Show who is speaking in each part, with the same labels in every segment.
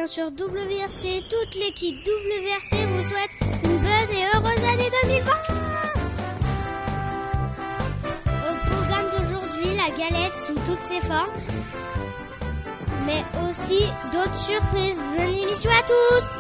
Speaker 1: bien sûr WRC. Toute l'équipe WRC vous souhaite une bonne et heureuse année 2020. Au programme d'aujourd'hui, la galette sous toutes ses formes, mais aussi d'autres surprises. Bonne émission à tous.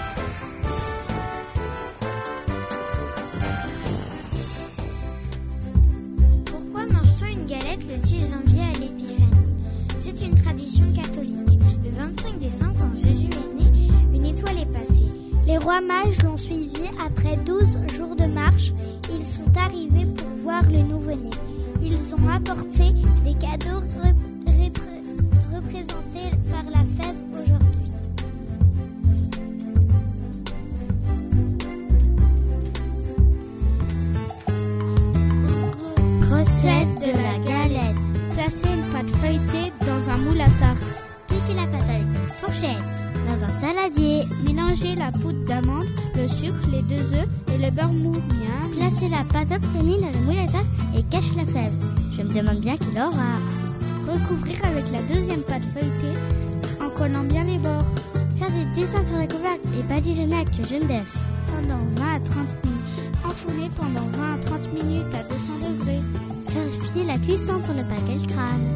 Speaker 1: Pourquoi mange-t-on une galette le 6 janvier à l'Épiphanie? C'est une tradition catholique. Le 25 décembre, quand Jésus est né, une étoile est passée. Les rois mages l'ont suivi après 12 jours de marche. Ils sont arrivés pour voir le nouveau-né. Ils ont apporté des cadeaux représentés par la fève aujourd'hui. Recette de la galette. Placez une pâte feuilletée dans un moule à tarte. Piquez la pâte avec une fourchette dans un saladier. Mélangez la poudre d'amande, le sucre, les 2 œufs et le beurre mou. Bien. Placez la pâte obtenue dans le moule à tarte et cachez la fève. Je me demande bien qui l'aura. Recouvrir avec la deuxième pâte feuilletée en collant bien les bords. Faire des dessins sur le couvercle et badigeonner avec le jaune d'œuf. Pendant 20 à 30 minutes. Enfourner pendant 20 à 30 minutes à 200 degrés. Vérifier la cuisson pour ne pas qu'elle crame.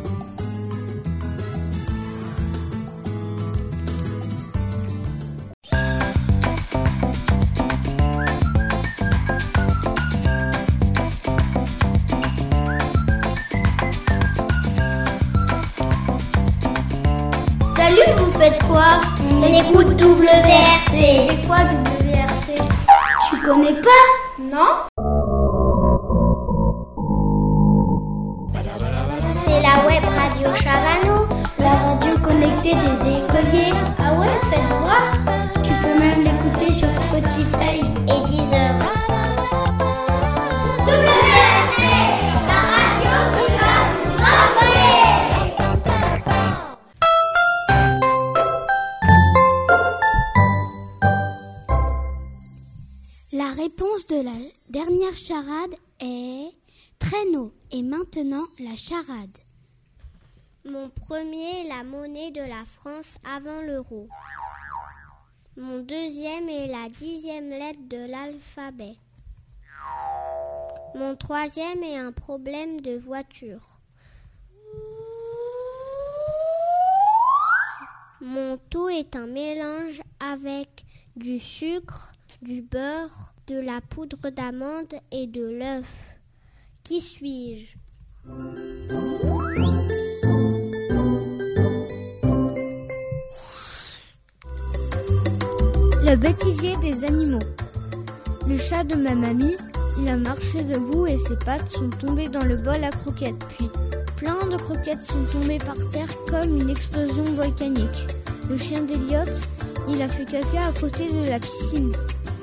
Speaker 2: Salut, vous faites quoi? On écoute WRC.
Speaker 1: C'est quoi WRC?
Speaker 2: Tu connais pas?
Speaker 1: Non?
Speaker 2: C'est la web radio Chavano, la radio connectée des écoliers.
Speaker 1: Ah ouais, faites voir.
Speaker 2: Tu peux même l'écouter sur Spotify et Deezer. WRC, la radio qui va nous envoyer.
Speaker 1: La réponse de la dernière charade est traîneau. Et maintenant, la charade. Mon premier est la monnaie de la France avant l'euro. Mon deuxième est la 10e lettre de l'alphabet. Mon troisième est un problème de voiture. Mon tout est un mélange avec du sucre, du beurre, de la poudre d'amande et de l'œuf. Qui suis-je? Le bêtisier des animaux. Le chat de ma mamie, il a marché debout et ses pattes sont tombées dans le bol à croquettes. Puis, plein de croquettes sont tombées par terre comme une explosion volcanique. Le chien d'Eliott, il a fait caca à côté de la piscine.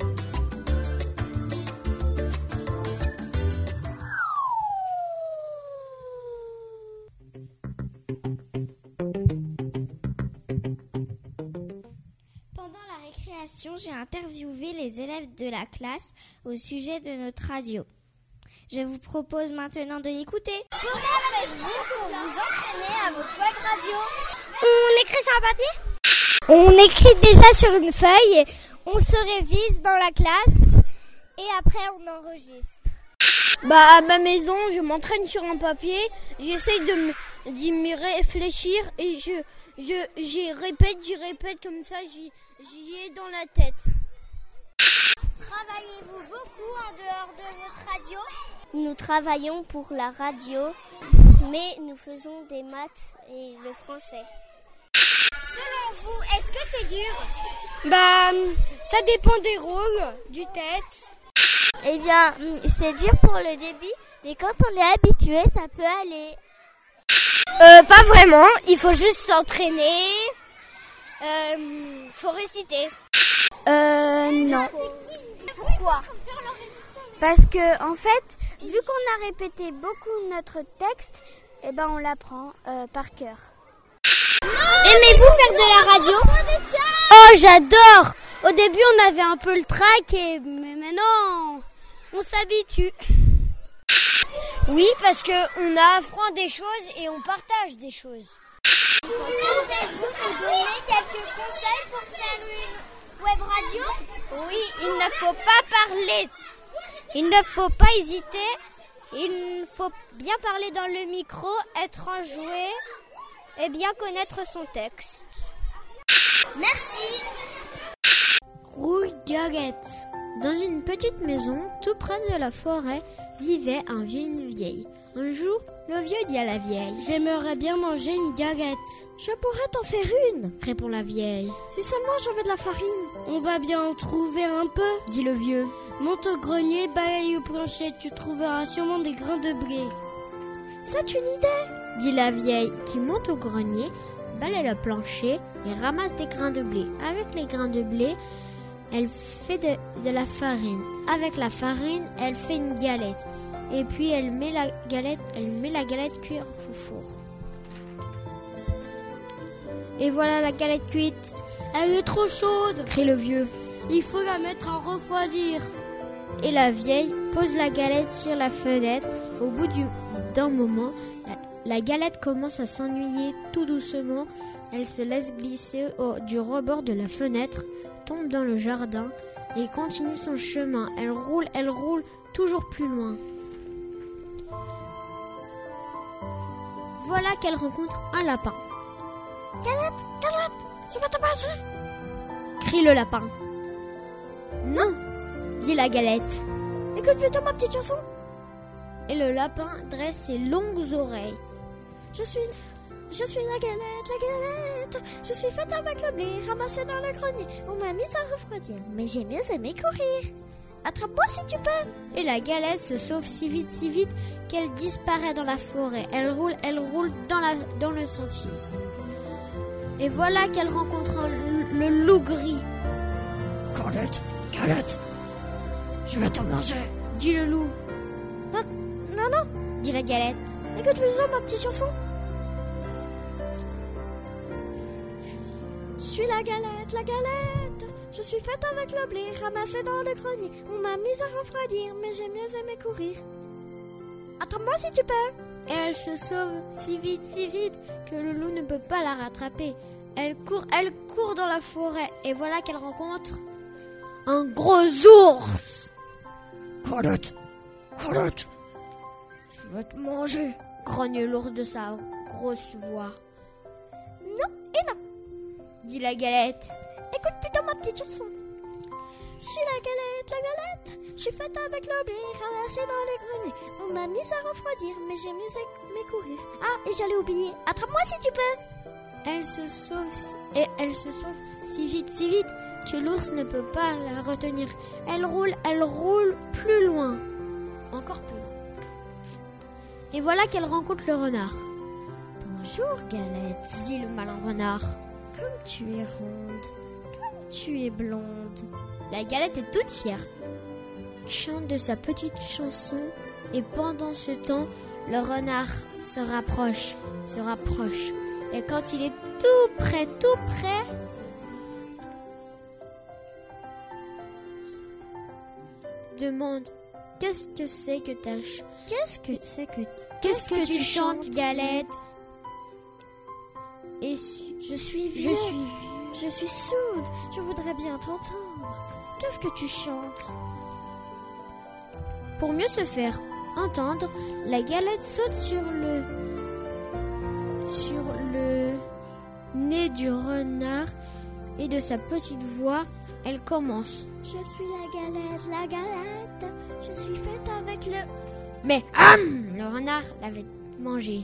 Speaker 1: J'ai interviewé les élèves de la classe au sujet de notre radio. Je vous propose maintenant de l'écouter.
Speaker 2: Comment faites-vous pour vous entraîner à votre web radio?
Speaker 1: On écrit sur un papier? On écrit déjà sur une feuille, on se révise dans la classe et après on enregistre.
Speaker 3: À ma maison, je m'entraîne sur un papier, j'essaye d'y me réfléchir et j'y répète comme ça, j'y ai dans la tête.
Speaker 2: Travaillez-vous beaucoup en dehors de votre radio?
Speaker 1: Nous travaillons pour la radio, mais nous faisons des maths et le français.
Speaker 2: Selon vous, est-ce que c'est dur?
Speaker 3: Ça dépend des rôles, du texte.
Speaker 1: Eh bien, c'est dur pour le début, mais quand on est habitué, ça peut aller.
Speaker 3: Pas vraiment, il faut juste s'entraîner. Faut réciter.
Speaker 1: Non.
Speaker 2: Pourquoi?
Speaker 1: Parce que, en fait, vu qu'on a répété beaucoup notre texte, on l'apprend par cœur.
Speaker 2: Aimez-vous faire de la radio?
Speaker 3: Oh, j'adore! Au début, on avait un peu le trac, mais maintenant, on s'habitue. Oui, parce qu'on apprend des choses et on partage des choses.
Speaker 1: l'école. Pouvez-vous nous donner quelques conseils pour faire une web radio?
Speaker 3: Oui, il ne faut pas parler. Il ne faut pas hésiter. Il faut bien parler dans le micro, être enjoué et bien connaître son texte.
Speaker 1: Merci.
Speaker 4: Rouge Galette. Dans une petite maison, tout près de la forêt, vivait un vieux et une vieille. Un jour, le vieux dit à la vieille:
Speaker 5: J'aimerais bien manger une galette.
Speaker 4: Je pourrais t'en faire une, répond la vieille.
Speaker 5: Si seulement j'avais de la farine.
Speaker 4: On va bien en trouver un peu, dit le vieux.
Speaker 5: Monte au grenier, balaye au plancher, tu trouveras sûrement des grains de blé.
Speaker 4: C'est une idée, dit la vieille, qui monte au grenier, balaye le plancher et ramasse des grains de blé. Avec les grains de blé, elle fait de la farine. Avec la farine, elle fait une galette. Et puis elle met la galette cuire au four. Et voilà la galette cuite.
Speaker 5: Elle est trop chaude,
Speaker 4: crie le vieux.
Speaker 5: Il faut la mettre à refroidir.
Speaker 4: Et la vieille pose la galette sur la fenêtre. Au bout d'un moment, la galette commence à s'ennuyer tout doucement. Elle se laisse glisser du rebord de la fenêtre, tombe dans le jardin et continue son chemin. Elle roule toujours plus loin. Voilà qu'elle rencontre un lapin. « Galette, galette, je vais te manger !» crie le lapin. « Non !» dit la galette.
Speaker 5: « Écoute plutôt ma petite chanson !»
Speaker 4: Et le lapin dresse ses longues oreilles.
Speaker 5: « Je suis la galette, je suis faite avec le blé, ramassé dans le grenier. On m'a mise à refroidir, mais j'ai mieux aimé courir. Attrape-moi si tu peux !»
Speaker 4: Et la galette se sauve si vite qu'elle disparaît dans la forêt. Elle roule dans le sentier. Et voilà qu'elle rencontre le loup gris.
Speaker 5: « Galette, je vais t'en manger !»
Speaker 4: dit le loup.
Speaker 5: « Non,
Speaker 4: dit la galette.
Speaker 5: « Écoute plutôt ma petite chanson. » Je suis la galette, je suis faite avec le blé, ramassé dans le grenier. On m'a mise à refroidir, mais j'ai mieux aimé courir. Attrape-moi si tu peux.
Speaker 4: Et elle se sauve si vite que le loup ne peut pas la rattraper. Elle court dans la forêt et voilà qu'elle rencontre un gros ours.
Speaker 5: Galette, je vais te manger,
Speaker 4: grogne l'ours de sa grosse voix.
Speaker 5: Non et non,
Speaker 4: dit la galette.
Speaker 5: Écoute plutôt ma petite chanson. Je suis la galette, je suis faite avec le blé, ramassé dans le grenier. On m'a mise à refroidir, mais j'ai mieux aimé courir. Ah, et j'allais oublier, attrape-moi si tu peux.
Speaker 4: Elle se sauve si vite que l'ours ne peut pas la retenir. Elle roule plus loin, encore plus loin. Et voilà qu'elle rencontre le renard.
Speaker 5: Bonjour Galette,
Speaker 4: dit le malin renard.
Speaker 5: Comme tu es ronde, comme tu es blonde.
Speaker 4: La galette est toute fière, chante de sa petite chanson et pendant ce temps, le renard se rapproche. Et quand il est tout près, demande: Qu'est-ce que c'est que tu chantes, Galette?
Speaker 5: Et je suis vieux. Je suis sourde. Je voudrais bien t'entendre. Qu'est-ce que tu chantes?
Speaker 4: Pour mieux se faire entendre, la galette saute sur le nez du renard et de sa petite voix, elle commence.
Speaker 5: Je suis la galette, je suis faite avec le...
Speaker 4: Mais le renard l'avait mangé.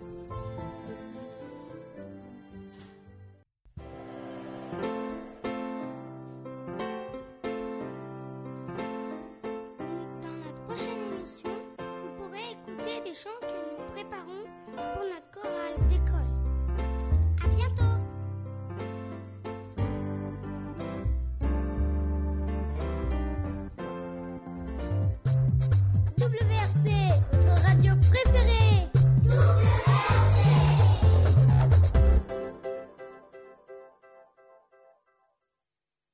Speaker 1: Dans notre prochaine émission, vous pourrez écouter des chants que nous préparons pour notre chorale d'école. À bientôt! WRC, votre radio préférée!